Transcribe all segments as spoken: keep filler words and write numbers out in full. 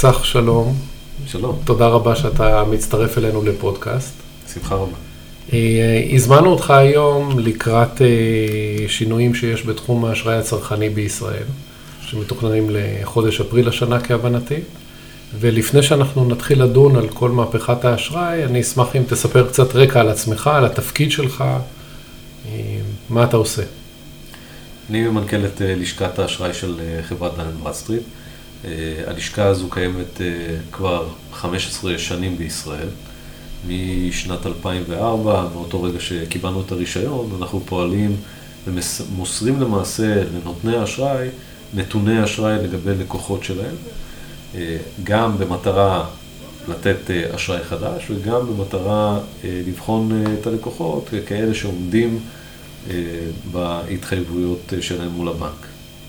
צח, שלום. שלום. תודה רבה שאתה מצטרף אלינו לפודקאסט. שמחה רבה. הזמנו אותך היום לקראת שינויים שיש בתחום האשראי הצרכני בישראל, שמתוכננים לחודש אפריל השנה כהבנתי. ולפני שאנחנו נתחיל לדון על כל מהפכת האשראי, אני אשמח אם תספר קצת רקע על עצמך, על התפקיד שלך, מה אתה עושה. אני ממנכ"ל את לשכת האשראי של חברת דן אנד ברדסטריט. הלשכה הזו קיימת כבר חמש עשרה שנים בישראל. משנת אלפיים וארבע, מאותו רגע שקיבלנו את הרישיון, אנחנו פועלים ומוסרים למעשה לנותני האשראי, נתוני אשראי לגבי לקוחות שלהם, גם במטרה לתת אשראי חדש וגם במטרה לבחון את הלקוחות כאלה שעומדים בהתחייבויות שלהם מול הבנק.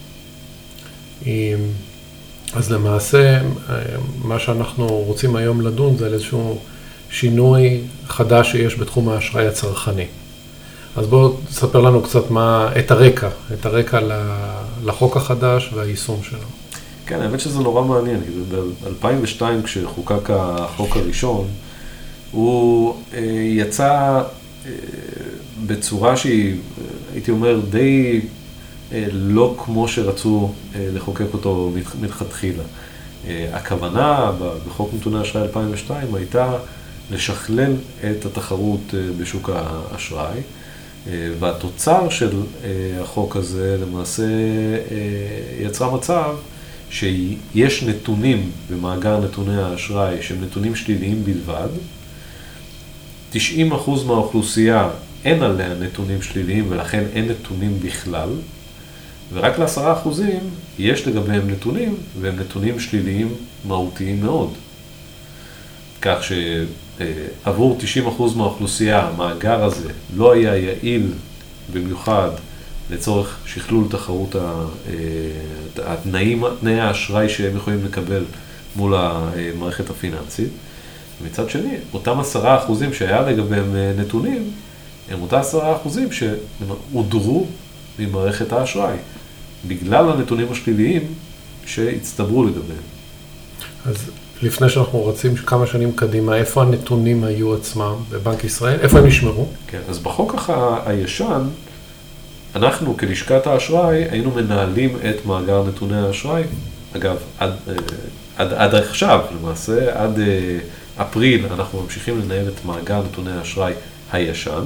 אז למעשה, מה שאנחנו רוצים היום לדון זה על איזשהו שינוי חדש שיש בתחום האשראי הצרכני. אז בואו תספר לנו קצת מה, את הרקע, את הרקע לחוק החדש והיישום שלו. כן, האמת שזה נורא מעניין. ב-אלפיים ושתיים כשחוקק החוק הראשון, הוא יצא בצורה שהיא, הייתי אומר, די לא כמו שרצו לחוקק אותו מלכתחילה. הכוונה בחוק נתוני אשראי אלפיים ושתיים הייתה לשכלל את התחרות בשוק האשראי, והתוצר של החוק הזה למעשה יצרה מצב שיש נתונים במאגר נתוני האשראי שהם נתונים שליליים בלבד, תשעים אחוז מהאוכלוסייה אין עליה נתונים שליליים ולכן אין נתונים בכלל, ורק ל-עשרה אחוזים יש לגביהם נתונים, והם נתונים שליליים מהותיים מאוד. כך שעבור תשעים אחוז מהאוכלוסייה, המאגר הזה לא היה יעיל במיוחד לצורך שכלול תחרות התנאים, תנאי האשראי שהם יכולים לקבל מול המערכת הפיננסית. מצד שני, אותם עשרה אחוזים שהיה לגביהם נתונים, הם אותם עשרה אחוזים שהודרו ממערכת האשראי, בגלל הנתונים השליליים שהצטברו לגביהם. אז לפני שאנחנו רצים כמה שנים קדימה, איפה הנתונים היו עצמם בבנק ישראל? איפה הם נשמרו? כן, אז בחוק הישן, אנחנו כלשכת האשראי היינו מנהלים את מאגר נתוני האשראי. אגב, עד, עד, עד עכשיו, למעשה, עד אפריל אנחנו ממשיכים לנהל את מאגר נתוני האשראי הישן,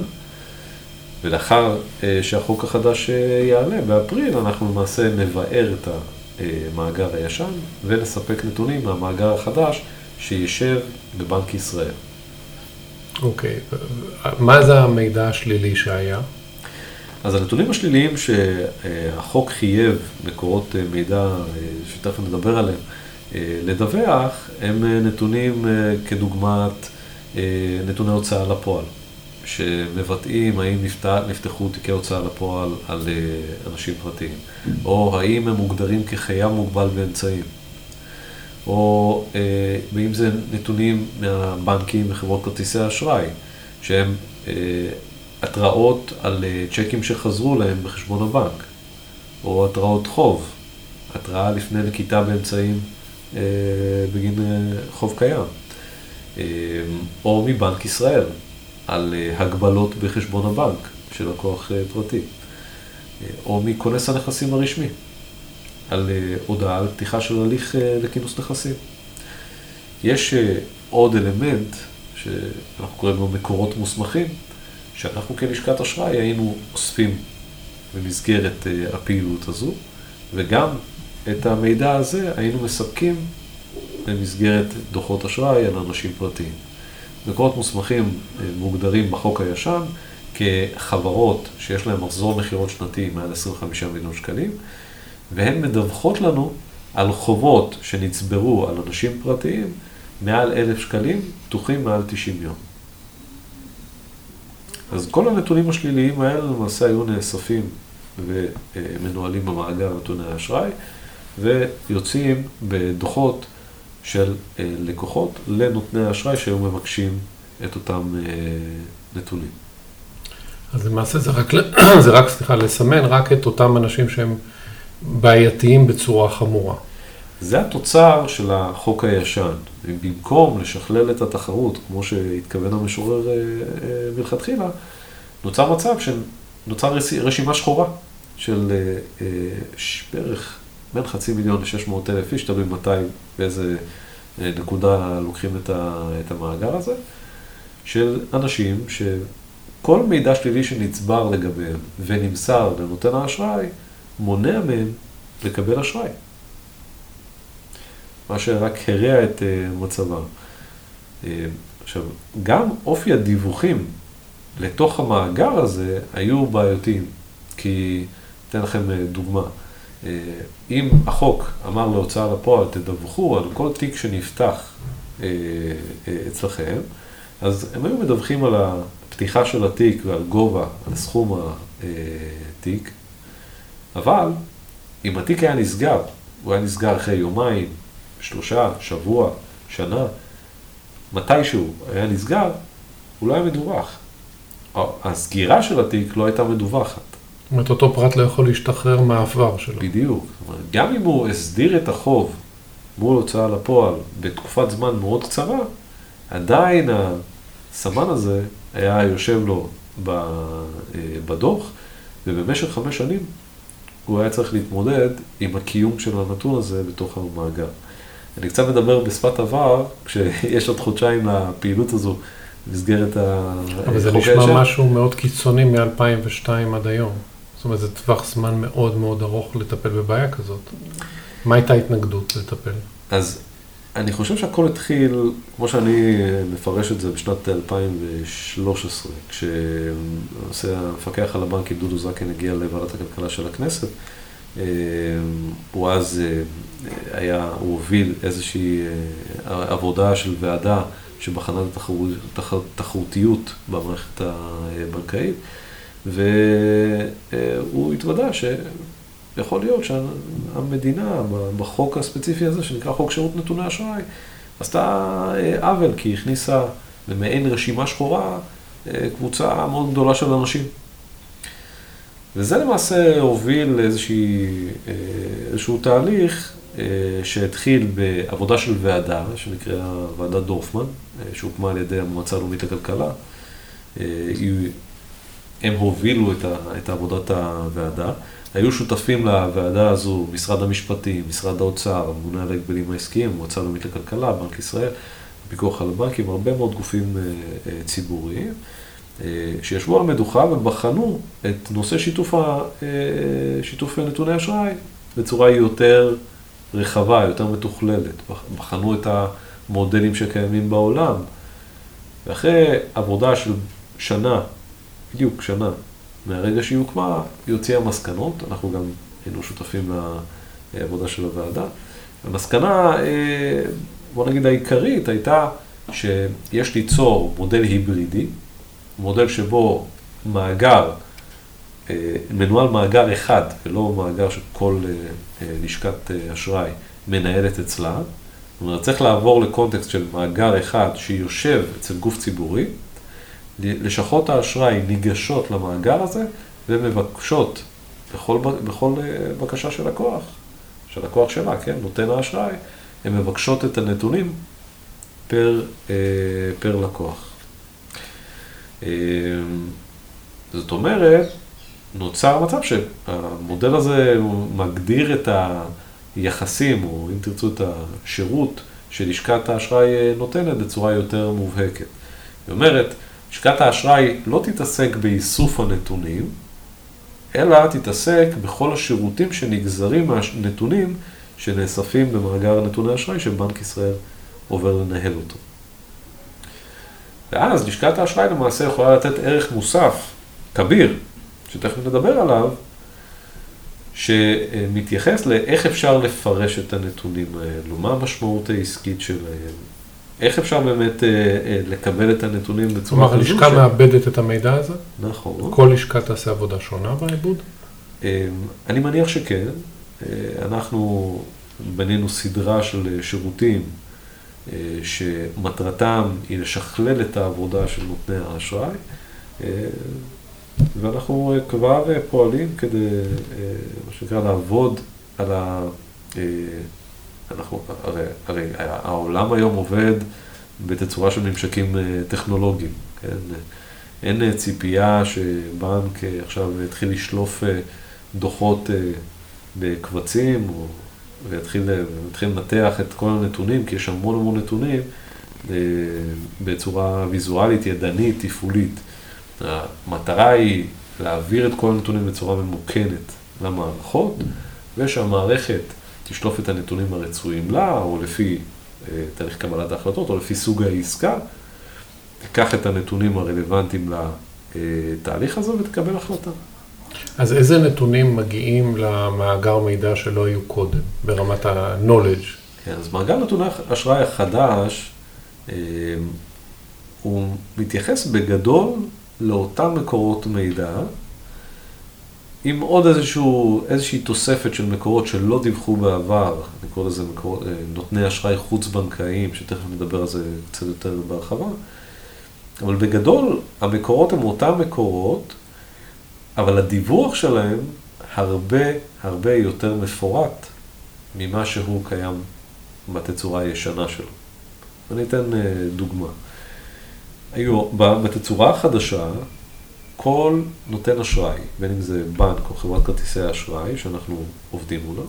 ולאחר שהחוק החדש יעלה באפריל, אנחנו למעשה נבאר את המאגר הישן ונספק נתונים מהמאגר החדש שישב בבנק ישראל. אוקיי, מה זה המידע השלילי שהיה? אז הנתונים השליליים שהחוק חייב מקורות מידע, שתכף נדבר עליהם, לדווח, הם נתונים כדוגמת נתוני הוצאה לפועל, שמבטאים האם נפתחו תיקי הוצאה לפועל על אנשים פרטיים, או האם הם מוגדרים כחייב מוגבל באמצעים, או ואם זה נתונים מהבנקים וחברות כרטיסי האשראי, שהם התראות על צ'קים שחזרו להם בחשבון הבנק, או התראות חוב, התראה לפני נקיטה באמצעים בגין חוב קיים, או מבנק ישראל, על הגבלות בחשבון הבנק של לקוח פרטי, או מכונס הנכסים הרשמי, על הודעה על פתיחה של הליך לכינוס נכסים. יש עוד אלמנט שאנחנו קוראים לו מקורות מוסמכים, שאנחנו כלשכת אשראי היינו אוספים במסגרת הפעילות הזו, וגם את המידע הזה היינו מספקים במסגרת דוחות אשראי על אנשים פרטיים. מקורות מוסמכים מוגדרים בחוק הישן כחברות שיש להן מחזור מכירות שנתי מעל עשרים וחמישה מיליון שקלים, והן מדווחות לנו על חובות שנצברו על אנשים פרטיים מעל אלף שקלים, פתוחים מעל תשעים יום. אז כל הנתונים השליליים האלה למעשה היו נאספים ומנוהלים במאגר נתוני האשראי, ויוצאים בדוחות של לקוחות לנותני האשראי שהיו מבקשים את אותם נתונים. אז למעשה זה רק, זה רק, סליחה, לסמן רק את אותם אנשים שהם בעייתיים בצורה חמורה. זה התוצר של החוק הישן. במקום לשכלל את התחרות, כמו שהתכוון המשורר מלכתחילה, נוצר מצב שנוצר רשימה שחורה של בערך בין חצי מיליון לשש מאות אלף איש, תלוי מתי באיזה נקודה לוקחים את המאגר הזה, של אנשים שכל מידע שלילי שנצבר לגביהם ונמסר לנותן האשראי, מונע מהם לקבל אשראי. מה שרק הרע את מצבה. עכשיו, גם אופי הדיווחים לתוך המאגר הזה היו בעייתיים, כי אתן לכם דוגמה. אם החוק אמר להוצאה לפועל, תדווחו על כל תיק שנפתח אצלכם, אז הם היו מדווחים על הפתיחה של התיק ועל גובה, על סכום התיק, אבל אם התיק היה נסגר, הוא היה נסגר אחרי יומיים, שלושה, שבוע, שנה, מתישהו היה נסגר, הוא לא היה מדווח. הסגירה של התיק לא הייתה מדווחת. זאת אומרת, אותו פרט לא יכול להשתחרר מהעבר שלו. בדיוק. גם אם הוא הסדיר את החוב מול הוצאה לפועל בתקופת זמן מאוד קצרה, עדיין הסמן הזה היה יושב לו בדוח, ובמשך חמש שנים הוא היה צריך להתמודד עם הקיום של הנתון הזה בתוך המאגר. אני קצת מדבר בשפת עבר, כשיש עוד חודשיים לפעילות הזו, במסגרת החוק. אבל זה נשמע משהו מאוד קיצוני מ-אלפיים ושתיים עד היום. זאת אומרת, זה טווח זמן מאוד מאוד ארוך לטפל בבעיה כזאת. מה הייתה ההתנגדות לטפל? אז אני חושב שהכל התחיל, כמו שאני מפרש את זה בשנת אלפיים ושלוש עשרה, כשהמפקח על הבנקים דודו זקן הגיע לוועדת הכלכלה של הכנסת, הוא אז היה, הוא הוביל איזושהי עבודה של ועדה שבחנה את התחרותיות במערכת הבנקאית, והוא התוודע שיכול להיות שהמדינה בחוק הספציפי הזה, שנקרא חוק שירות נתוני אשראי, עשתה עוול, כי היא הכניסה למעין רשימה שחורה קבוצה מאוד גדולה של אנשים. וזה למעשה הוביל לאיזשהו תהליך שהתחיל בעבודה של ועדה, שנקרא ועדת דורפמן, שהוקמה על ידי המועצה הלאומית לכלכלה. הם הובילו את עבודת הוועדה. היו שותפים לוועדה הזו משרד המשפטים, משרד האוצר, הממונה על ההגבלים העסקיים, המועצה הלאומית לכלכלה, בנק ישראל, פיקוח על הבנקים, הרבה מאוד גופים ציבוריים, שישבו על המדוכה ובחנו את נושא שיתוף, שיתוף נתוני אשראי בצורה יותר רחבה, יותר מתוכללת. בחנו את המודלים שקיימים בעולם, ואחרי עבודה של שנה, בדיוק שנה, מהרגע שהיא הוקמה, היא הוציאה מסקנות, אנחנו גם היינו שותפים לעבודה של הוועדה. המסקנה, בוא נגיד העיקרית, הייתה שיש ליצור מודל היברידי, מודל שבו מאגר, מנוהל מאגר אחד, ולא מאגר שכל לשכת אשראי מנהלת אצלה. זאת אומרת, צריך לעבור לקונטקסט של מאגר אחד שיושב אצל גוף ציבורי, לשכות האשראי ניגשות למאגר הזה ומבקשות בכל, בכל בקשה של לקוח, של לקוח שלה, כן, נותן האשראי, הן מבקשות את הנתונים פר, פר לקוח. זאת אומרת, נוצר מצב שהמודל הזה מגדיר את היחסים, או אם תרצו את השירות שלשכת האשראי נותנת בצורה יותר מובהקת. זאת אומרת, לשכת האשראי לא תתעסק באיסוף הנתונים, אלא תתעסק בכל השירותים שנגזרים מהנתונים שנאספים במאגר נתוני האשראי שבנק ישראל עובר לנהל אותו. ואז לשכת האשראי למעשה יכולה לתת ערך מוסף, כביר, שתכף נדבר עליו, שמתייחס לאיך אפשר לפרש את הנתונים האלו, מה המשמעות העסקית שלהם, איך אפשר באמת לקבל את הנתונים בצורה כזו? כלומר, הלשכה מאבדת את המידע הזה? נכון. כל לשכה תעשה עבודה שונה בעיבוד? אני מניח שכן. אנחנו בנינו סדרה של שירותים שמטרתם היא לשכלל את העבודה של נותני האשראי, ואנחנו כבר פועלים כדי, מה שנקרא, לעבוד על אנחנו, הרי, הרי העולם היום עובד בתצורה של ממשקים טכנולוגיים, כן? אין ציפייה שבנק עכשיו יתחיל לשלוף דוחות בקבצים, או ויתחיל לנתח את כל הנתונים, כי יש המון המון נתונים בצורה ויזואלית, ידנית, תפעולית. המטרה היא להעביר את כל הנתונים בצורה ממוכנת למערכות, ושהמערכת תשלוף את הנתונים הרצויים לה, או לפי תהליך קבלת ההחלטות, או לפי סוג העסקה, תיקח את הנתונים הרלוונטיים לתהליך הזה ותקבל החלטה. אז איזה נתונים מגיעים למאגר מידע שלא היו קודם, ברמת ה-knowledge? כן, אז מאגר נתוני אשראי החדש, הוא מתייחס בגדול לאותם מקורות מידע, עם עוד איזשהו, איזושהי תוספת של מקורות שלא דיווחו בעבר, אני קורא לזה מקורות, נותני אשראי חוץ-בנקאיים, שתכף נדבר על זה קצת יותר בהרחבה, אבל בגדול המקורות הם אותם מקורות, אבל הדיווח שלהם הרבה הרבה יותר מפורט ממה שהוא קיים בתצורה הישנה שלו. אני אתן דוגמה. היו, בתצורה החדשה, כל נותן אשראי, בין אם זה בנק או חברת כרטיסי האשראי שאנחנו עובדים מולה,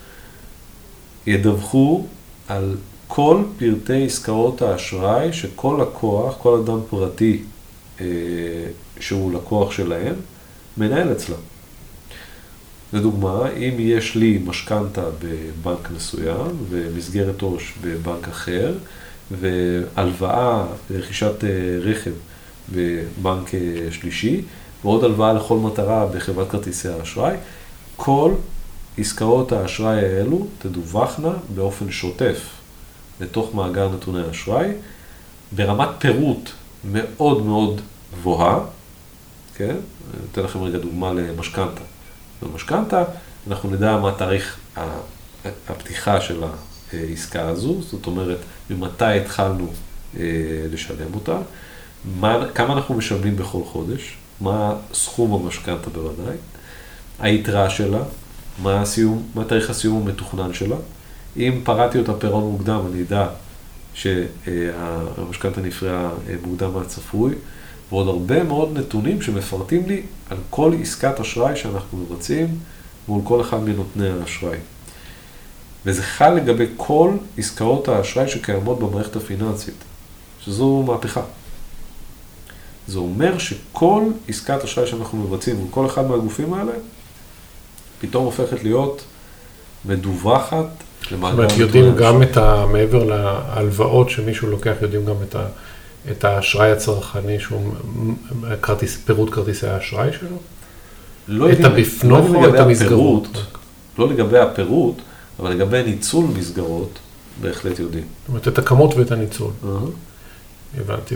ידווחו על כל פרטי עסקאות האשראי שכל לקוח, כל אדם פרטי אה, שהוא לקוח שלהם, מנהל אצלה. לדוגמה, אם יש לי משכנתה בבנק מסוים ומסגרת עו"ש בבנק אחר, והלוואה לרכישת רכב בבנק שלישי, ועוד הלוואה לכל מטרה בחברת כרטיסי האשראי, כל עסקאות האשראי האלו תדווחנה באופן שוטף לתוך מאגר נתוני האשראי, ברמת פירוט מאוד מאוד גבוהה, כן? אני אתן לכם רגע דוגמה למשכנתה. במשכנתה אנחנו נדע מה תאריך הפתיחה של העסקה הזו, זאת אומרת, ממתי התחלנו לשלם אותה, מה, כמה אנחנו משלמים בכל חודש, מה סכום המשכנתה בוודאי, היתרה שלה, מה, הסיום, מה תאריך הסיום המתוכנן שלה. אם פרעתי אותה פירעון מוקדם, אני אדע שהמשכנתה נפרעה מוקדם מהצפוי, ועוד הרבה מאוד נתונים שמפרטים לי על כל עסקת אשראי שאנחנו מבצעים מול כל אחד מנותני האשראי. וזה חל לגבי כל עסקאות האשראי שקיימות במערכת הפיננסית, שזו מהפכה. זה אומר שכל עסקת אשראי שאנחנו מבצעים מול כל אחד מהגופים האלה, פתאום הופכת להיות מדווחת למאגר. זאת אומרת, יודעים גם את ה... מעבר להלוואות שמישהו לוקח, יודעים גם את ה... את האשראי הצרכני, שהוא כרטיס, פירוט כרטיסי האשראי שלו? לא את הבפנוך או את המסגרות? לא לגבי הפירוט, אבל לגבי ניצול מסגרות, בהחלט יודעים. זאת אומרת, את הכמות ואת הניצול. הבנתי.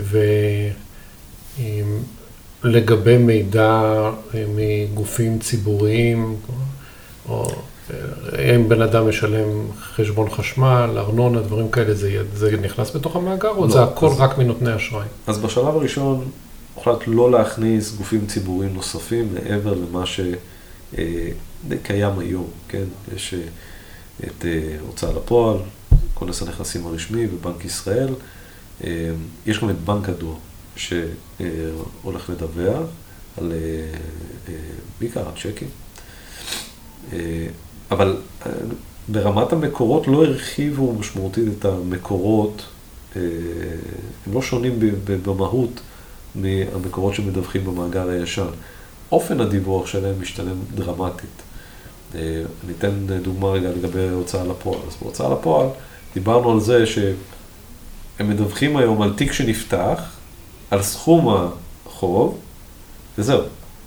ולגבי מידע מגופים ציבוריים, או אם בן אדם משלם חשבון חשמל, ארנונה, דברים כאלה, זה, זה נכנס בתוך המאגר, או לא, זה הכל אז, רק מנותני אשראי? אז בשלב הראשון הוחלט לא להכניס גופים ציבוריים נוספים מעבר למה שקיים היום, כן? יש את הוצאה לפועל, כונס הנכסים הרשמי ובנק ישראל, יש גם את בנק הדואר שהולך לדווח על בעיקר צ'קים. אבל ברמת המקורות לא הרחיבו משמעותית את המקורות, הם לא שונים במהות מהמקורות שמדווחים במאגר הישן. אופן הדיווח שלהם משתנה דרמטית. אני אתן דוגמה רגע לגבי הוצאה לפועל. אז בהוצאה לפועל דיברנו על זה שהם מדווחים היום על תיק שנפתח, על סכום החוב, וזהו.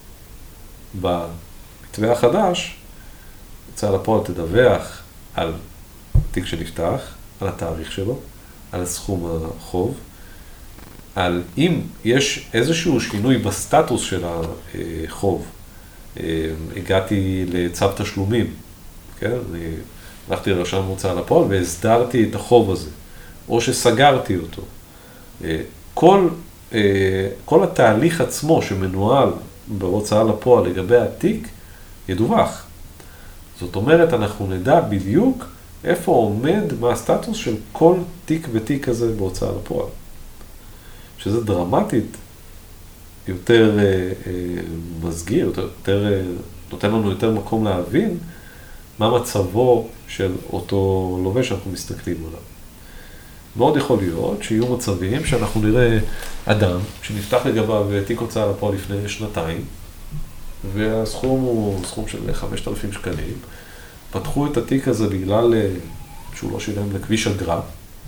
במתווה החדש, הוצאה לפועל תדווח על תיק שנפתח, על התאריך שלו, על סכום החוב, על אם יש איזשהו שינוי בסטטוס של החוב. הגעתי לצו תשלומים, כן? אני הלכתי לרשם הוצאה לפועל והסדרתי את החוב הזה, או שסגרתי אותו. כל, כל התהליך עצמו שמנוהל בהוצאה לפועל לגבי התיק, ידווח. זאת אומרת, אנחנו נדע בדיוק איפה עומד, מה הסטטוס של כל תיק ותיק כזה בהוצאה לפועל. שזה דרמטית, יותר אה, אה, מסגיר, יותר, יותר, אה, נותן לנו יותר מקום להבין מה מצבו של אותו לווה שאנחנו מסתכלים עליו. מאוד יכול להיות שיהיו מצבים שאנחנו נראה אדם שנפתח לגביו תיק הוצאה לפועל לפני שנתיים, והסכום הוא סכום של חמשת אלפים שקלים. פתחו את התיק הזה בגלל שהוא לא שילם לכביש אגרה,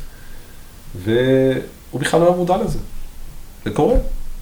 והוא בכלל לא היה מודע לזה. זה קורה.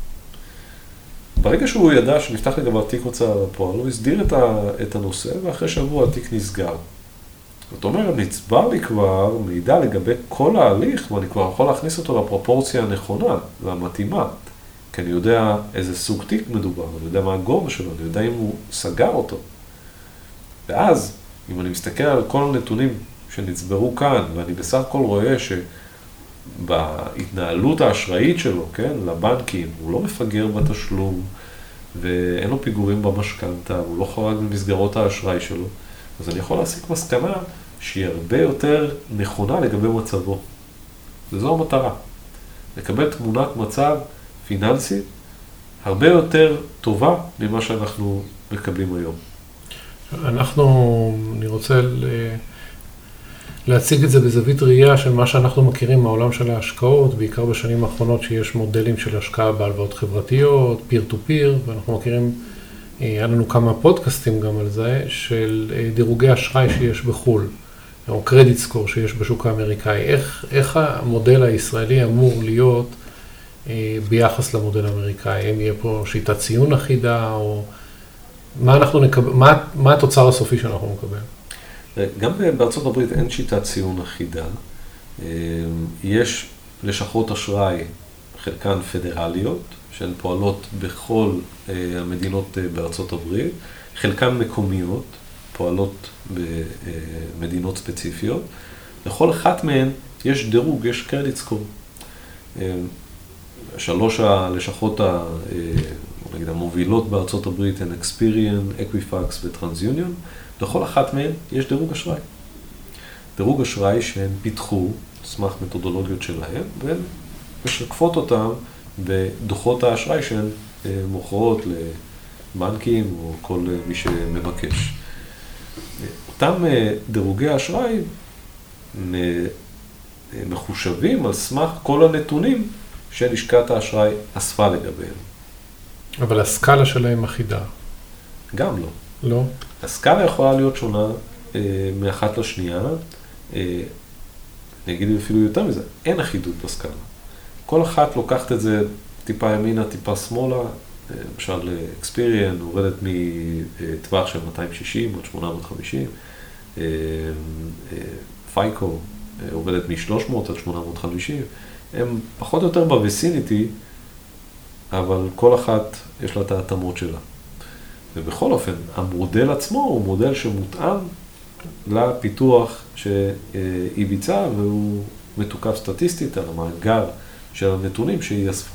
ברגע שהוא ידע שנפתח לגביו תיק הוצאה לפועל, הוא הסדיר את הנושא, ואחרי שבוע התיק נסגר. זאת אומרת, נצבר לי כבר מידע לגבי כל ההליך, ואני כבר יכול להכניס אותו לפרופורציה הנכונה והמתאימה. כי אני יודע איזה סוג תיק מדובר, אני יודע מה הגובה שלו, אני יודע אם הוא סגר אותו. ואז, אם אני מסתכל על כל הנתונים שנצברו כאן, ואני בסך הכל רואה שבהתנהלות האשראית שלו, כן, לבנקים, הוא לא מפגר בתשלום, ואין לו פיגורים במשכנתא, הוא לא חורג במסגרות האשראי שלו, אז אני יכול להסיק מסקנה שהיא הרבה יותר נכונה לגבי מצבו. וזו המטרה. לקבל תמונת מצב פיננסית הרבה יותר טובה ממה שאנחנו מקבלים היום. אנחנו, אני רוצה להציג את זה בזווית ראייה של מה שאנחנו מכירים מהעולם של ההשקעות, בעיקר בשנים האחרונות שיש מודלים של השקעה בהלוואות חברתיות, פיר טו פיר, ואנחנו מכירים, היה לנו כמה פודקאסטים גם על זה, של דירוגי אשראי שיש בחו"ל, או קרדיט סקור שיש בשוק האמריקאי. איך, איך המודל הישראלי אמור להיות ביחס למודל האמריקאי? אם יהיה פה שיטת ציון אחידה, או מה אנחנו נקבל, מה, מה התוצר הסופי שאנחנו נקבל? גם בארצות הברית אין שיטת ציון אחידה. יש לשכות אשראי, חלקן פדרליות, שהן פועלות בכל המדינות בארצות הברית, חלקן מקומיות, פועלות במדינות ספציפיות. לכל אחת מהן יש דירוג, יש קרדיט סקור. שלוש הלשכות נגיד, המובילות בארצות הברית הן Experian, Equifax וטרנסיוניון. לכל אחת מהן יש דירוג אשראי. דירוג אשראי שהן פיתחו, סמך מתודולוגיות שלהן, והן משקפות אותן בדוחות האשראי שהן מוכרות לבנקים או כל מי שמבקש. אותם דירוגי האשראי מחושבים על סמך כל הנתונים שלשכת האשראי אספה לגביהם. אבל הסקאלה שלהם אחידה. גם לא. לא? הסקאלה יכולה להיות שונה אה, מאחת לשנייה. אה, אני אגיד אפילו יותר מזה, אין אחידות בסקאלה. כל אחת לוקחת את זה טיפה ימינה, טיפה שמאלה. אה, למשל, Experian עובדת מטווח של מאתיים שישים עד שמונה מאות וחמישים. אה, אה, פייקו אה, עובדת מ-שלוש מאות עד שמונה מאות וחמישים. הם פחות או יותר בוויסיניטי, אבל כל אחת יש לה את ההתאמות שלה. ובכל אופן, המודל עצמו הוא מודל שמותאם לפיתוח שהיא ביצעה, והוא מתוקף סטטיסטית על המאגר של הנתונים שהיא אספה.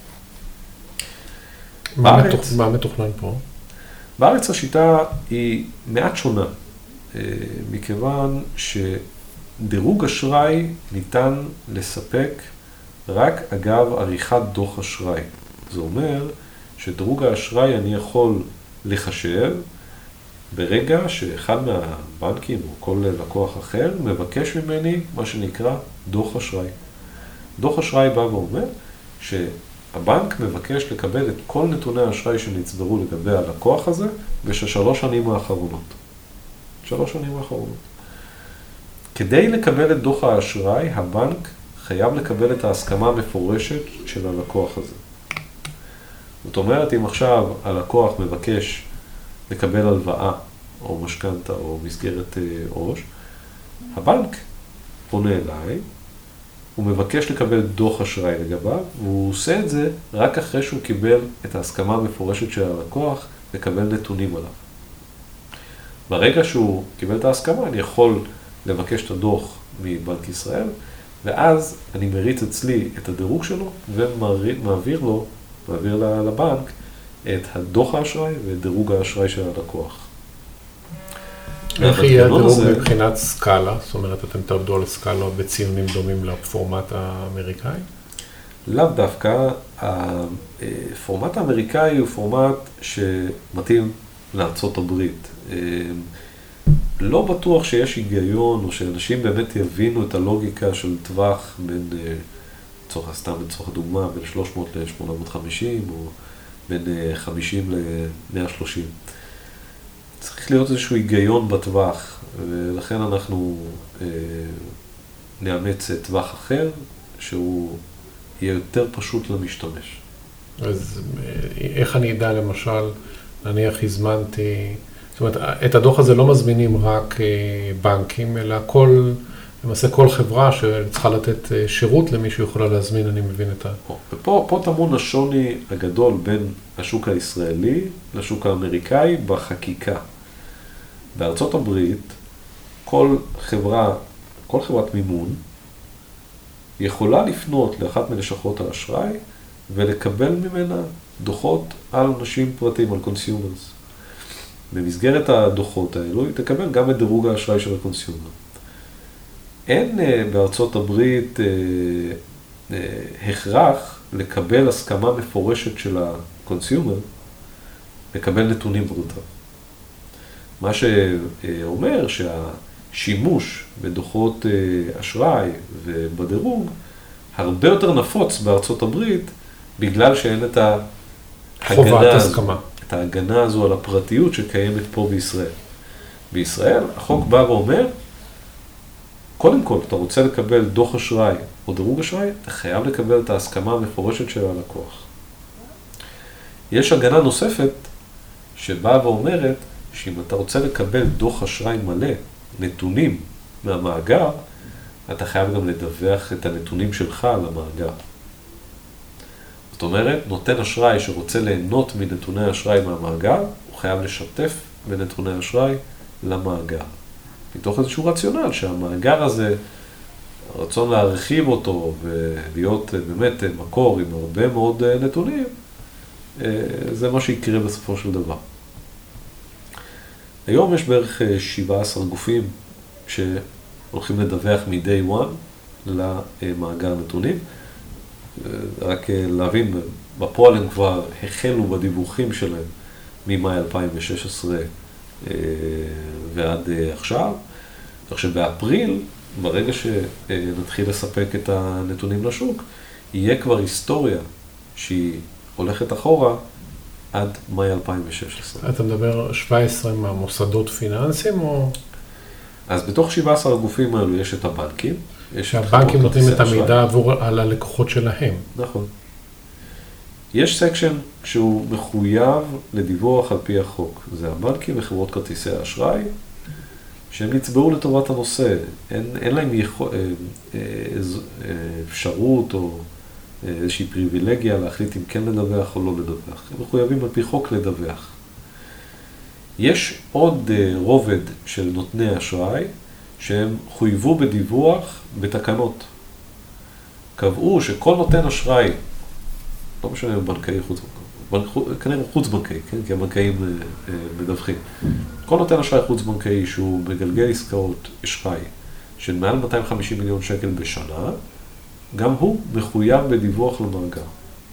מה, בארץ, מה מתוכנן פה? בארץ השיטה היא מעט שונה, מכיוון שדירוג אשראי ניתן לספק רק אגב עריכת דוח אשראי. זה אומר שדירוג האשראי אני יכול לחשב ברגע שאחד מהבנקים או כל לקוח אחר מבקש ממני מה שנקרא דוח אשראי. דוח אשראי בא ואומר שהבנק מבקש לקבל את כל נתוני האשראי שנצברו לגבי הלקוח הזה בשלוש שנים האחרונות. שלוש שנים האחרונות. כדי לקבל את דוח האשראי, הבנק חייב לקבל את ההסכמה המפורשת של הלקוח הזה. זאת אומרת, אם עכשיו הלקוח מבקש לקבל הלוואה או משכנתא או מסגרת עו"ש, הבנק פונה אליי, הוא מבקש לקבל דוח אשראי לגביו, והוא עושה את זה רק אחרי שהוא קיבל את ההסכמה המפורשת של הלקוח לקבל נתונים עליו. ברגע שהוא קיבל את ההסכמה, אני יכול לבקש את הדוח מבנק ישראל, ואז אני מריץ אצלי את הדירוג שלו ומעביר לו, מעביר לבנק את הדוח האשראי ואת דירוג האשראי של הלקוח. איך יהיה הדירוג מבחינת סקאלה? זאת אומרת, אתם תעבדו על סקאלה בציונים דומים לפורמט האמריקאי? לאו דווקא. הפורמט האמריקאי הוא פורמט שמתאים לארצות הברית. לא בטוח שיש היגיון, או שאנשים באמת יבינו את הלוגיקה של טווח בין, צורך, סתם לצורך הדוגמה, בין שלוש מאות ל-שמונה מאות וחמישים, או בין חמישים ל-מאה ושלושים. צריך להיות איזשהו היגיון בטווח, ולכן אנחנו אה, נאמץ טווח אחר, שהוא יהיה יותר פשוט למשתמש. אז איך אני אדע למשל, נניח הזמנתי, זאת אומרת, את הדוח הזה לא מזמינים רק בנקים, אלא כל, למעשה כל חברה שצריכה לתת שירות למי שיכולה להזמין, אני מבין את ה... ופה, פה טמון השוני הגדול בין השוק הישראלי לשוק האמריקאי בחקיקה. בארצות הברית, כל חברה, כל חברת מימון, יכולה לפנות לאחת מלשכות האשראי ולקבל ממנה דוחות על אנשים פרטיים, על קונסיומרס. במסגרת הדוחות האלו היא תקבל גם את דירוג האשראי של הקונסיומר. אין בארצות הברית אה, אה, הכרח לקבל הסכמה מפורשת של הקונסיומר, לקבל נתונים פרטיו. מה שאומר שהשימוש בדוחות אשראי ובדירוג הרבה יותר נפוץ בארצות הברית, בגלל שאין את ההגנה הזו, את ההגנה הזו על הפרטיות שקיימת פה בישראל. בישראל החוק בא ואומר, קודם כל, אתה רוצה לקבל דוח אשראי או דירוג אשראי, אתה חייב לקבל את ההסכמה המפורשת של הלקוח. יש הגנה נוספת שבאה ואומרת, שאם אתה רוצה לקבל דוח אשראי מלא, נתונים מהמאגר, אתה חייב גם לדווח את הנתונים שלך למאגר. זאת אומרת, נותן אשראי שרוצה ליהנות מנתוני אשראי מהמאגר, הוא חייב לשתף בנתוני אשראי למאגר. מתוך איזשהו רציונל שהמאגר הזה, הרצון להרחיב אותו ולהיות באמת מקור עם הרבה מאוד נתונים, זה מה שיקרה בסופו של דבר. היום יש בערך שבעה עשר גופים שהולכים לדווח מ-day one למאגר נתונים. רק להבין, בפועל הם כבר החלו בדיווחים שלהם ממאי אלפיים ושש עשרה ועד עכשיו. כך שבאפריל, ברגע שנתחיל לספק את הנתונים לשוק, יהיה כבר היסטוריה שהיא הולכת אחורה עד מאי אלפיים ושש עשרה. אתה מדבר שבע עשרה מהמוסדות פיננסיים או? אז בתוך שבעה עשר הגופים האלו יש את הבנקים. שהבנקים נותנים את המידע עבור על הלקוחות שלהם. נכון. יש סקשן שהוא מחויב לדיווח על פי החוק. זה הבנקים וחברות כרטיסי האשראי, שהם נצבעו לטובת הנושא. אין, אין להם יכול, אפשרות או איזושהי פריבילגיה להחליט אם כן לדווח או לא לדווח. הם מחויבים על פי חוק לדווח. יש עוד רובד של נותני אשראי, שהם חויבו בדיווח בתקנות. קבעו שכל נותן אשראי, לא משנה בנקאי חוץ, כנראה חוץ בנקאי, כן? כי הבנקאים מדווחים. כל נותן אשראי חוץ בנקאי שהוא מגלגל עסקאות אשראי של מעל מאתיים וחמישים מיליון שקל בשנה, גם הוא מחויב בדיווח למאגר.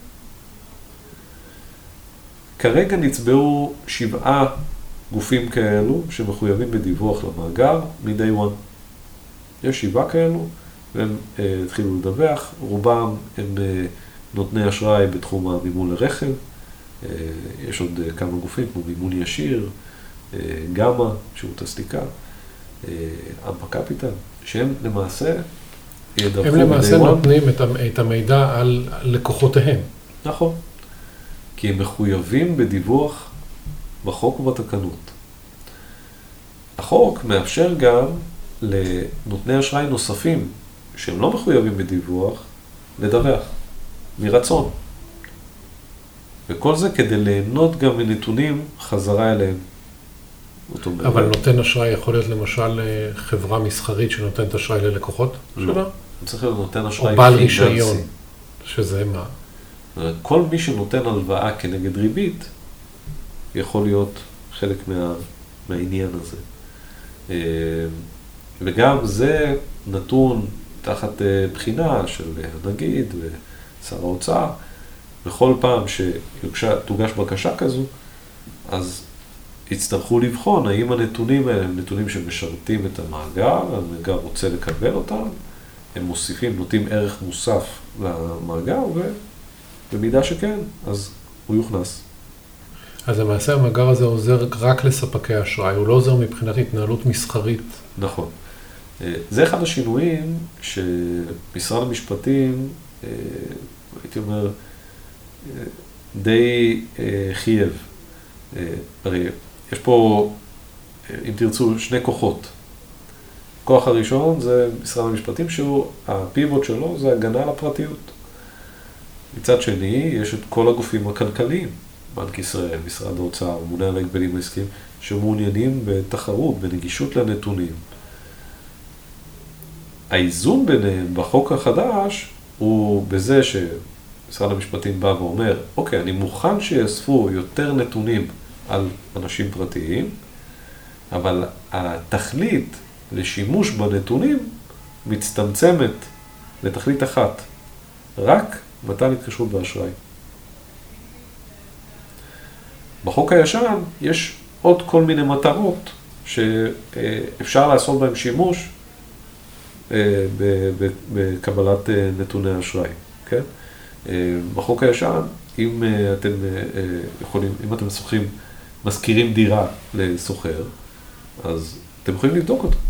כרגע נצבעו שבעה גופים כאלו שמחויבים בדיווח למאגר מ-day one. יש שבעה כאלו, והם uh, התחילו לדווח. רובם הם uh, נותני אשראי בתחום המימון לרכב. Uh, יש עוד uh, כמה גופים כמו מימון ישיר, uh, גמה, שירות הסליקה, uh, אמפה קפיטל, שהם למעשה ידווחו. הם למעשה נותנים את המידע על לקוחותיהם. נכון. כי הם מחויבים בדיווח בחוק ובתקנות. החוק מאפשר גם לנותני אשראי נוספים שהם לא מחויבים בדיווח לדווח מרצון. וכל זה כדי ליהנות גם מנתונים חזרה אליהם. אבל נותן אשראי יכול להיות למשל חברה מסחרית שנותנת אשראי ללקוחות לא. שלה? צריך להיות נותן אשראי או בעל רישיון, שזה מה? כל מי שנותן הלוואה כנגד ריבית יכול להיות חלק מה, מהעניין הזה. וגם זה נתון תחת בחינה של הנגיד ושר האוצר. בכל פעם שתוגש בקשה כזו, אז יצטרכו לבחון האם הנתונים האלה הם נתונים שמשרתים את המאגר, המאגר רוצה לקבל אותם, הם מוסיפים, נותנים ערך מוסף למאגר, ובמידה שכן, אז הוא יוכנס. אז למעשה המאגר הזה עוזר רק לספקי אשראי, הוא לא עוזר מבחינת התנהלות מסחרית. נכון. זה אחד השינויים שמשרד המשפטים, הייתי אומר, די חייב. הרי יש פה, אם תרצו, שני כוחות. הכוח הראשון זה משרד המשפטים, שהוא, הפיבוט שלו זה הגנה על הפרטיות. מצד שני, יש את כל הגופים הכלכליים, בנק ישראל, משרד האוצר, ממונה על ההגבלים העסקיים, שמעוניינים בתחרות, בנגישות לנתונים. האיזון ביניהם בחוק החדש הוא בזה שמשרד המשפטים בא ואומר, אוקיי, אני מוכן שיאספו יותר נתונים על אנשים פרטיים, אבל התכלית לשימוש בנתונים מצטמצמת לתכלית אחת, רק מתן התקשרות באשראי. בחוק הישן יש עוד כל מיני מטרות שאפשר לעשות בהם שימוש בקבלת נתוני אשראי, כן? בחוק הישן, אם אתם יכולים, אם אתם שוכרים, מזכירים דירה לסוחר, אז אתם יכולים לבדוק אותו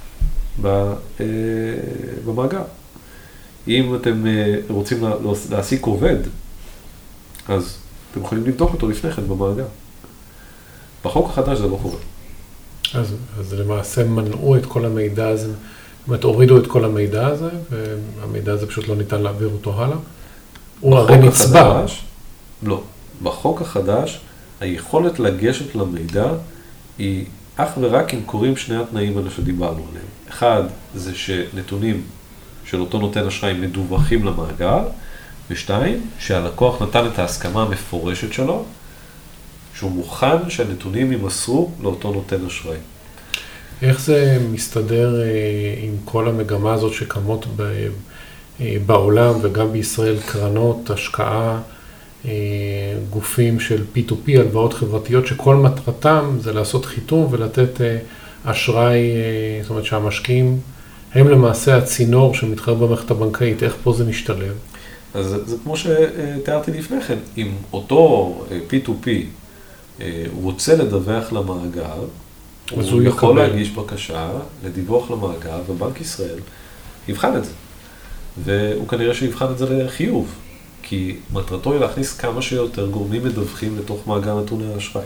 במאגר. אם אתם רוצים להעסיק עובד, אז אתם יכולים לבדוק אותו לפני כן במאגר. בחוק החדש זה לא קורה. אז, אז למעשה מנעו את כל המידע הזה, זאת אומרת, הורידו את כל המידע הזה, והמידע הזה פשוט לא ניתן להעביר אותו הלאה. הוא הרי נצבע. לא. בחוק החדש, היכולת לגשת למידע היא אך ורק אם קוראים שני התנאים האלה שדיברנו עליהם. אחד, זה שנתונים של אותו נותן אשראי מדווחים למאגר, ושתיים, שהלקוח נתן את ההסכמה המפורשת שלו, שהוא מוכן שהנתונים יימסרו לאותו נותן אשראי. איך זה מסתדר עם כל המגמה הזאת שקמות בעולם וגם בישראל, קרנות, השקעה, גופים של פי טו פי, הלוואות חברתיות, שכל מטרתם זה לעשות חיתום ולתת אשראי, זאת אומרת שהמשקיעים הם למעשה הצינור שמתחבר במערכת הבנקאית, איך פה זה משתלב? אז זה כמו שתיארתי לפני כן, אם אותו פי טו פי הוא רוצה לדווח למאגר, הוא יכול להגיש בקשה לדיווח למאגר, ובנק ישראל יבחן את זה. והוא כנראה שיבחן את זה לחיוב, כי מטרתו היא להכניס כמה שיותר גורמים מדווחים לתוך מאגר נתוני האשראי.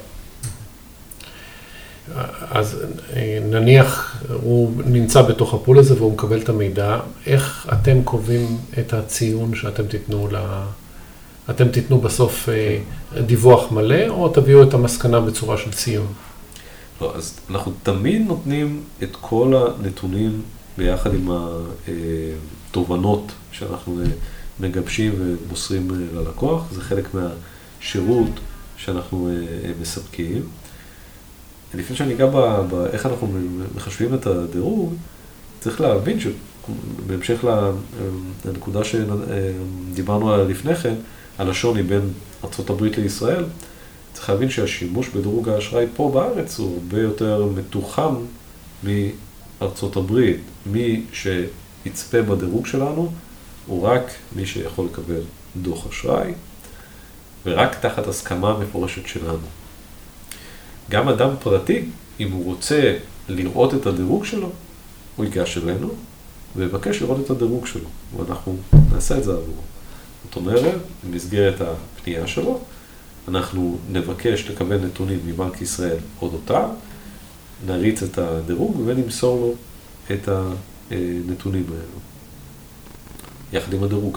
אז נניח הוא נמצא בתוך הפול הזה והוא מקבל את המידע, איך אתם קובעים את הציון שאתם תיתנו ל... אתם תיתנו בסוף דיווח מלא, או תביאו את המסקנה בצורה של ציון? לא, אז אנחנו תמיד נותנים את כל הנתונים ביחד עם התובנות שאנחנו מגבשים ומוסרים ללקוח. זה חלק מהשירות שאנחנו מספקים. לפני שאני אגע באיך אנחנו מחשבים את הדירוג, צריך להבין שבהמשך לנקודה שדיברנו עליה לפני כן, על השוני בין ארצות הברית לישראל, צריך להבין שהשימוש בדירוג האשראי פה בארץ הוא הרבה יותר מתוחם מארצות הברית. מי שיצפה בדירוג שלנו הוא רק מי שיכול לקבל דוח אשראי, ורק תחת הסכמה מפורשת שלנו. גם אדם פרטי, אם הוא רוצה לראות את הדירוג שלו, הוא ייגש אלינו ויבקש לראות את הדירוג שלו, ואנחנו נעשה את זה עבורו. זאת אומרת, במסגרת הפנייה שלו, אנחנו נבקש לקבל נתונים מבנק ישראל אודותיו, נריץ את הדירוג ונמסור לו את הנתונים האלו, יחד עם הדירוג.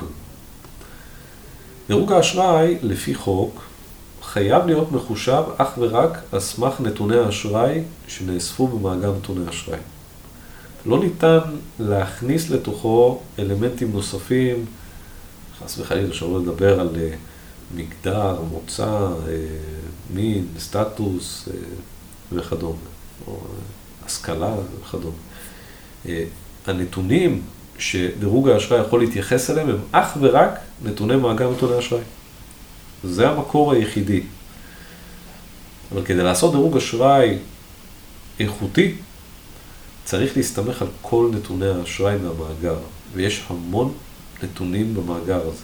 דירוג האשראי, לפי חוק, חייב להיות מחושב אך ורק על סמך נתוני האשראי שנאספו במאגר נתוני אשראי. לא ניתן להכניס לתוכו אלמנטים נוספים, חס וחלילה שלא לדבר על מגדר, מוצא, מין, סטטוס וכדומה, או השכלה וכדומה. הנתונים שדירוג האשראי יכול להתייחס אליהם הם אך ורק נתוני מאגר נתוני אשראי. זה המקור היחידי. אבל כדי לעשות דירוג אשראי איכותי, צריך להסתמך על כל נתוני האשראי מהמאגר, ויש המון נתונים במאגר הזה.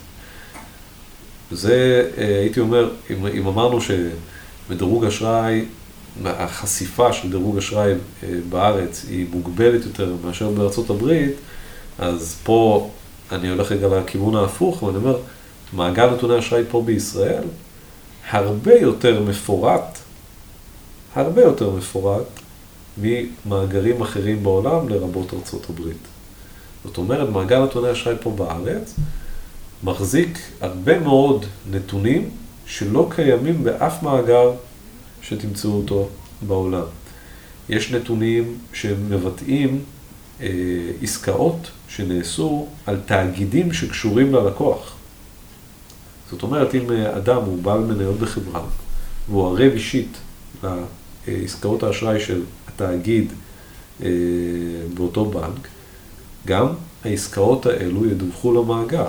זה, הייתי אומר, אם, אם אמרנו שבדירוג אשראי, החשיפה של דירוג אשראי בארץ היא מוגבלת יותר מאשר בארצות הברית, אז פה אני הולך רגע לכיוון ההפוך, ואני אומר, מאגר נתוני אשראי פה בישראל, הרבה יותר מפורט, הרבה יותר מפורט, ממאגרים אחרים בעולם, לרבות ארצות הברית. זאת אומרת, מאגר נתוני אשראי פה בארץ, מחזיק הרבה מאוד נתונים שלא קיימים באף מאגר שתמצאו אותו בעולם. יש נתונים שמבטאים אה, עסקאות שנעשו על תאגידים שקשורים ללקוח. זאת אומרת, אם אדם הוא בעל מניות בחברה, והוא ערב אישית לעסקאות האשראי של התאגיד אה, באותו בנק, גם העסקאות האלו ידווחו למאגר.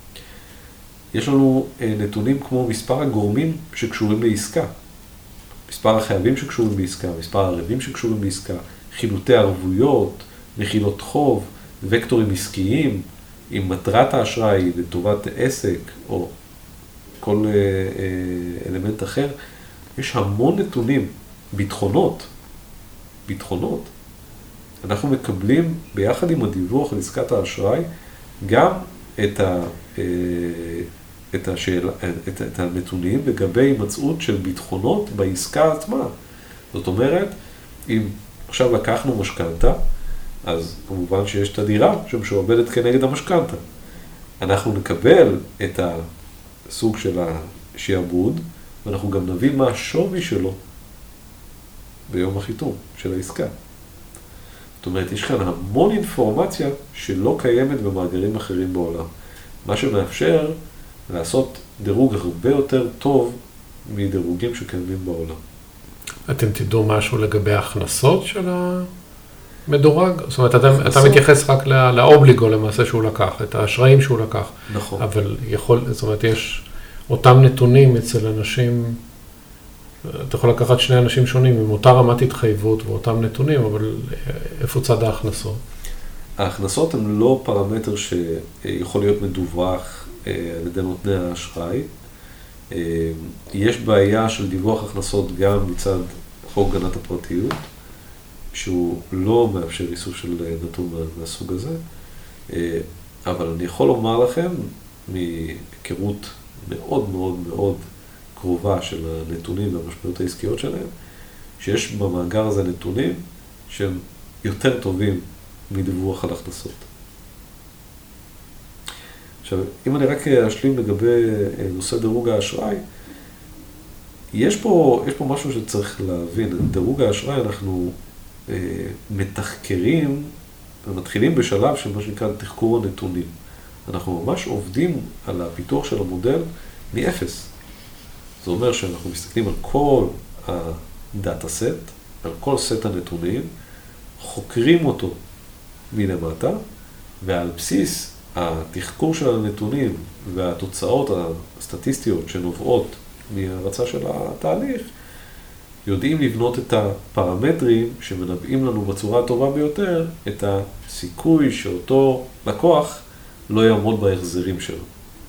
יש לנו אה, נתונים כמו מספר הגורמים שקשורים לעסקה, מספר החייבים שקשורים בעסקה, מספר הערבים שקשורים בעסקה, חילוטי ערבויות, מחילות חוב, וקטורים עסקיים, עם מטרת האשראי לטובת עסק או כל אה, אה, אלמנט אחר. יש המון נתונים, ביטחונות, ביטחונות. אנחנו מקבלים ביחד עם הדיווח על עסקת האשראי גם את, ה, אה, את, השאלה, את, את הנתונים לגבי הימצאות של ביטחונות בעסקה עצמה. זאת אומרת, אם עכשיו לקחנו משכנתה, אז כמובן שיש את הדירה שמשועבדת כנגד המשכנתה. אנחנו נקבל את הסוג של השעבוד, ואנחנו גם נבין מה השווי שלו ביום החיתום של העסקה. זאת אומרת, יש כאן המון אינפורמציה שלא קיימת במאגרים אחרים בעולם. מה שמאפשר לעשות דירוג הרבה יותר טוב מדירוגים שקיימים בעולם. אתם תדעו משהו לגבי ההכנסות של המדורג? זאת אומרת, אתה, אתה מתייחס רק לא, לאובליגו למעשה שהוא לקח, את האשראים שהוא לקח. נכון. אבל יכול, זאת אומרת, יש אותם נתונים אצל אנשים, אתה יכול לקחת שני אנשים שונים עם אותה רמת התחייבות ואותם נתונים, אבל איפה צד ההכנסות? ההכנסות הן לא פרמטר שיכול להיות מדווח על ידי נותני האשראי. יש בעיה של דיווח הכנסות גם מצד חוק הגנת הפרטיות, שהוא לא מאפשר איסוף של נתון מהסוג הזה, אבל אני יכול לומר לכם, מהיכרות מאוד מאוד מאוד קרובה של הנתונים והמשמעויות העסקיות שלהם, שיש במאגר הזה נתונים שהם יותר טובים מדיווח על הכנסות. עכשיו, אם אני רק אשלים לגבי נושא דירוג האשראי, יש פה, יש פה משהו שצריך להבין. דירוג האשראי אנחנו אה, מתחקרים ומתחילים בשלב של מה שנקרא תחקור הנתונים. אנחנו ממש עובדים על הפיתוח של המודל מאפס. זה אומר שאנחנו מסתכלים על כל הדאטה סט, על כל סט הנתונים, חוקרים אותו מלמטה, ועל בסיס התחקור של הנתונים והתוצאות הסטטיסטיות שנובעות מהרצה של התהליך, יודעים לבנות את הפרמטרים שמנבאים לנו בצורה הטובה ביותר את הסיכוי שאותו לקוח לא יעמוד בהחזרים שלו.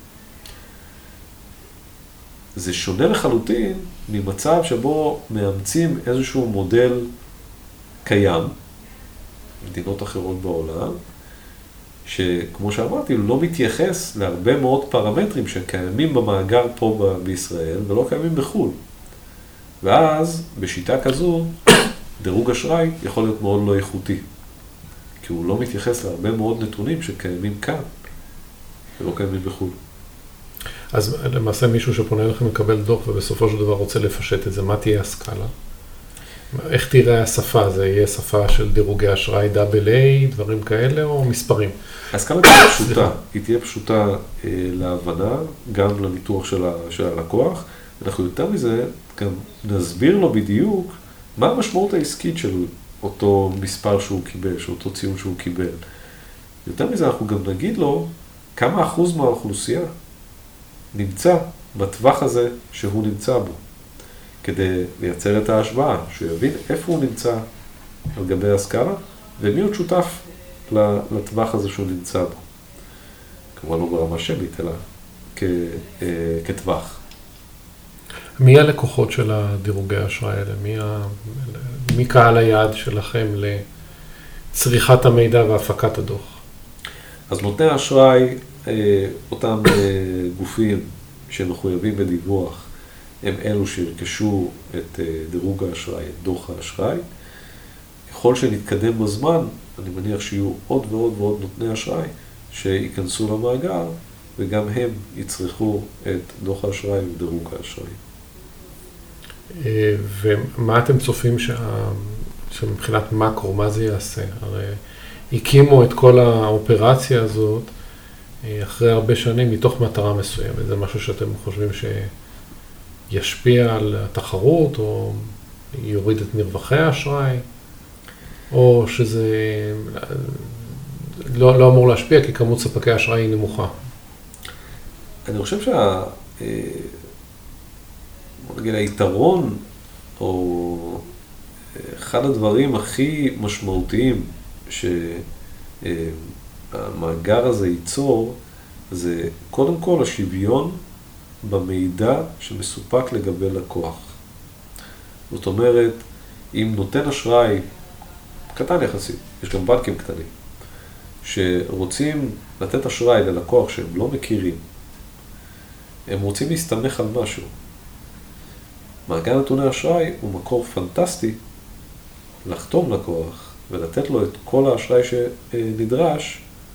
זה שונה לחלוטין ממצב שבו מאמצים איזשהו מודל קיים, מדינות אחרות בעולם, שכמו שאמרתי, הוא לא מתייחס להרבה מאוד פרמטרים שקיימים במאגר פה בישראל ולא קיימים בחו"ל. ואז, בשיטה כזו, דירוג אשראי יכול להיות מאוד לא איכותי, כי הוא לא מתייחס להרבה מאוד נתונים שקיימים כאן ולא קיימים בחו"ל. אז למעשה מישהו שפונה לכם מקבל דוח ובסופו של דבר רוצה לפשט את זה, מה תהיה הסקאלה? איך תראה השפה? זה יהיה שפה של דירוגי אשראי דאבל איי, דברים כאלה, או מספרים? הסקאלה תהיה פשוטה, היא תהיה פשוטה אה, להבנה, גם לניתוח של, ה, של הלקוח. אנחנו יותר מזה גם נסביר לו בדיוק מה המשמעות העסקית של אותו מספר שהוא קיבל, אותו ציון שהוא קיבל. יותר מזה, אנחנו גם נגיד לו כמה אחוז מהאוכלוסייה נמצא בטווח הזה שהוא נמצא בו, כדי לייצר את ההשוואה, שהוא יבין איפה הוא נמצא על גבי הסקאלה, ומי עוד שותף לטווח הזה שהוא נמצא בו. כמובן לא ברמה שמית, אלא כ, כטווח. מי הלקוחות של הדירוגי האשראי האלה? מי, ה... מי קהל היעד שלכם לצריכת המידע והפקת הדוח? אז נותני האשראי, אותם גופים שמחויבים בדיווח, הם אלו שירכשו את דירוג האשראי, את דוח האשראי. ככל שנתקדם בזמן, אני מניח שיהיו עוד ועוד ועוד נותני אשראי שיכנסו למאגר, וגם הם יצריכו את דוח האשראי ודירוג האשראי. ומה אתם צופים שה... שמבחינת מקרו, מה זה יעשה? הרי הקימו את כל האופרציה הזאת אחרי הרבה שנים מתוך מטרה מסוימת. זה משהו שאתם חושבים שישפיע על התחרות, או יוריד את מרווחי האשראי, או שזה לא, לא אמור להשפיע כי כמות ספקי האשראי היא נמוכה? אני חושב שה... בוא נגיד, היתרון, או אחד הדברים הכי משמעותיים שהמאגר הזה ייצור, זה קודם כל השוויון במידע שמסופק לגבי לקוח. זאת אומרת, אם נותן אשראי קטן יחסית, יש גם בנקים קטנים, שרוצים לתת אשראי ללקוח שהם לא מכירים, הם רוצים להסתמך על משהו. מאגר נתוני אשראי הוא מקור פנטסטי לחתום לקוח ולתת לו את כל האשראי שנדרש,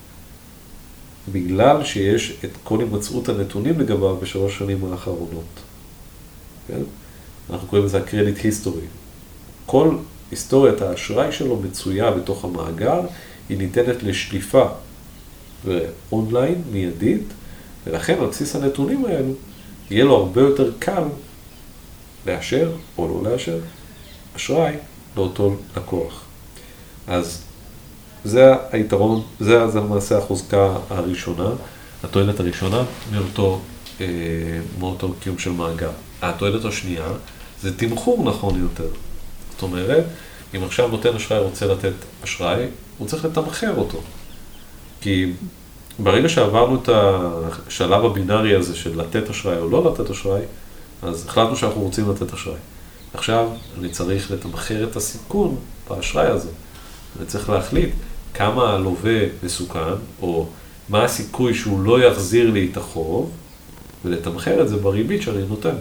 בגלל שיש את כל הימצאות הנתונים לגביו בשלוש שנים האחרונות. כן? אנחנו קוראים לזה הקרדיט היסטורי. כל היסטוריית האשראי שלו מצויה בתוך המאגר, היא ניתנת לשליפה ואונליין מיידית, ולכן על בסיס הנתונים האלו יהיה לו הרבה יותר קל לאשר או לא לאשר אשראי לאותו לקוח. אז זה היתרון, זה, זה למעשה החוזקה הראשונה, התועלת הראשונה מאותו, אה, מאותו קיום של מאגר. התועלת השנייה זה תמחור נכון יותר. זאת אומרת, אם עכשיו נותן אשראי רוצה לתת אשראי, הוא צריך לתמחר אותו. כי ברגע שעברנו את השלב הבינארי הזה של לתת אשראי או לא לתת אשראי, אז החלטנו שאנחנו רוצים לתת אשראי. עכשיו אני צריך לתמחר את הסיכון באשראי הזה. אני צריך להחליט כמה הלווה מסוכן, או מה הסיכוי שהוא לא יחזיר לי את החוב, ולתמחר את זה בריבית שאני נותן.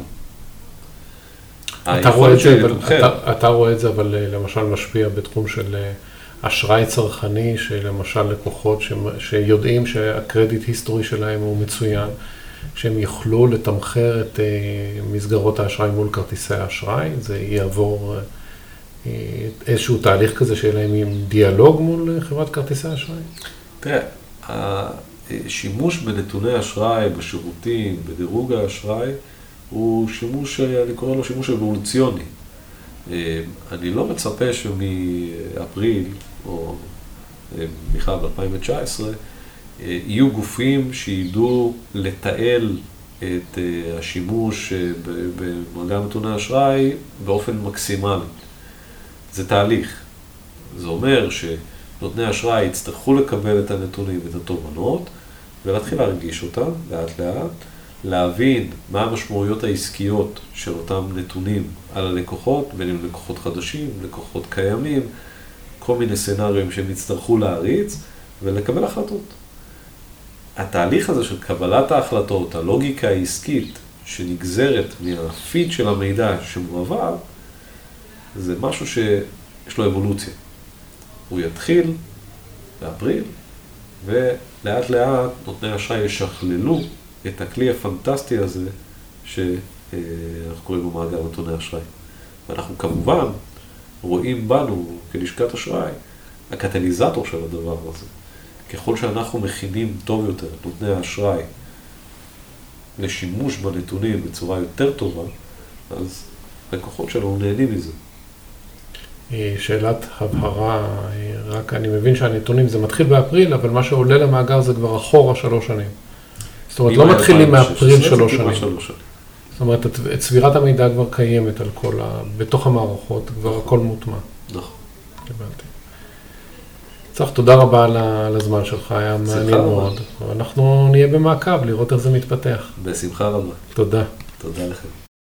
אתה רואה, זה, אבל, אתה, אתה רואה את זה, אבל למשל משפיע בתחום של אשראי צרכני, שלמשל לקוחות ש, שיודעים שהקרדיט היסטורי שלהם הוא מצוין, שהם יוכלו לתמחר את מסגרות האשראי מול כרטיסי האשראי, זה יעבור איזשהו תהליך כזה שיהיה להם עם דיאלוג מול חברת כרטיסי האשראי? תראה, השימוש בנתוני אשראי, בשירותים, בדירוג האשראי, הוא שימוש, אני קורא לו שימוש אבולוציוני. אני לא מצפה שמאפריל, או בכלל ב-אלפיים תשע עשרה, יהיו גופים שידעו לתעל את השימוש במאגר נתוני אשראי באופן מקסימלי. זה תהליך. זה אומר שנותני אשראי יצטרכו לקבל את הנתונים ואת התובנות, ולהתחיל להרגיש אותם לאט לאט, להבין מה המשמעויות העסקיות של אותם נתונים על הלקוחות, בין אם לקוחות חדשים, לקוחות קיימים, כל מיני סנריונים שהם יצטרכו להריץ, ולקבל החלטות. התהליך הזה של קבלת ההחלטות, הלוגיקה העסקית שנגזרת מהפיד של המידע שמועבר, זה משהו שיש לו אבולוציה. הוא יתחיל באפריל, ולאט לאט נותני אשראי ישכללו את הכלי הפנטסטי הזה שאנחנו קוראים לו מאגר נתוני אשראי. ואנחנו כמובן רואים בנו כלשכת אשראי הקטליזטור של הדבר הזה. ככל שאנחנו מכינים טוב יותר את נותני האשראי לשימוש בנתונים בצורה יותר טובה, אז לקוחות שלנו נהנים מזה. שאלת הבהרה, רק אני מבין שהנתונים זה מתחיל באפריל, אבל מה שעולה למאגר זה כבר אחורה שלוש שנים. זאת אומרת, לא מתחילים מאפריל שלוש שנים. זאת אומרת, את סבירת המידע כבר קיימת על כל ה... בתוך המערכות, כבר הכל מוטמע. נכון. הבנתי. צריך, תודה רבה על הזמן שלך, היה מעניין מאוד. אנחנו נהיה במעקב, לראות איך זה מתפתח. בשמחה רבה. תודה. תודה לכם.